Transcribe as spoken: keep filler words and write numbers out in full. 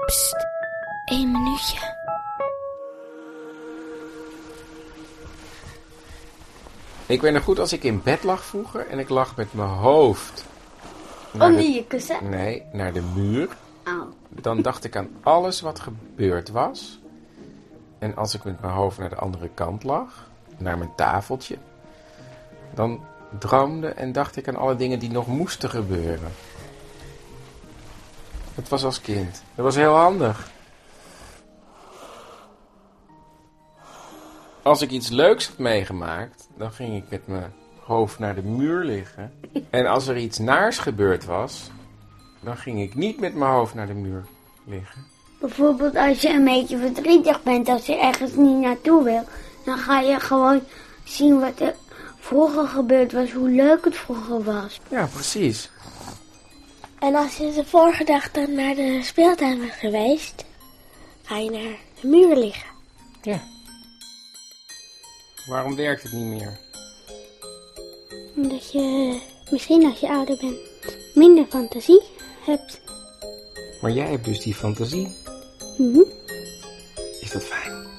Psst, één minuutje. Ik weet nog goed als ik in bed lag vroeger en ik lag met mijn hoofd... Onder de... je kussen? Nee, naar de muur. Oh. Dan dacht ik aan alles wat gebeurd was. En als ik met mijn hoofd naar de andere kant lag, naar mijn tafeltje, dan droomde en dacht ik aan alle dingen die nog moesten gebeuren. Dat was als kind. Dat was heel handig. Als ik iets leuks had meegemaakt, dan ging ik met mijn hoofd naar de muur liggen. En als er iets naars gebeurd was, dan ging ik niet met mijn hoofd naar de muur liggen. Bijvoorbeeld als je een beetje verdrietig bent, als je ergens niet naartoe wil, dan ga je gewoon zien wat er vroeger gebeurd was, hoe leuk het vroeger was. Ja, precies. En als je de vorige dag dan naar de speeltuin bent geweest, ga je naar de muur liggen. Ja. Waarom werkt het niet meer? Omdat je misschien als je ouder bent minder fantasie hebt. Maar jij hebt dus die fantasie. Mm-hmm. Is dat fijn?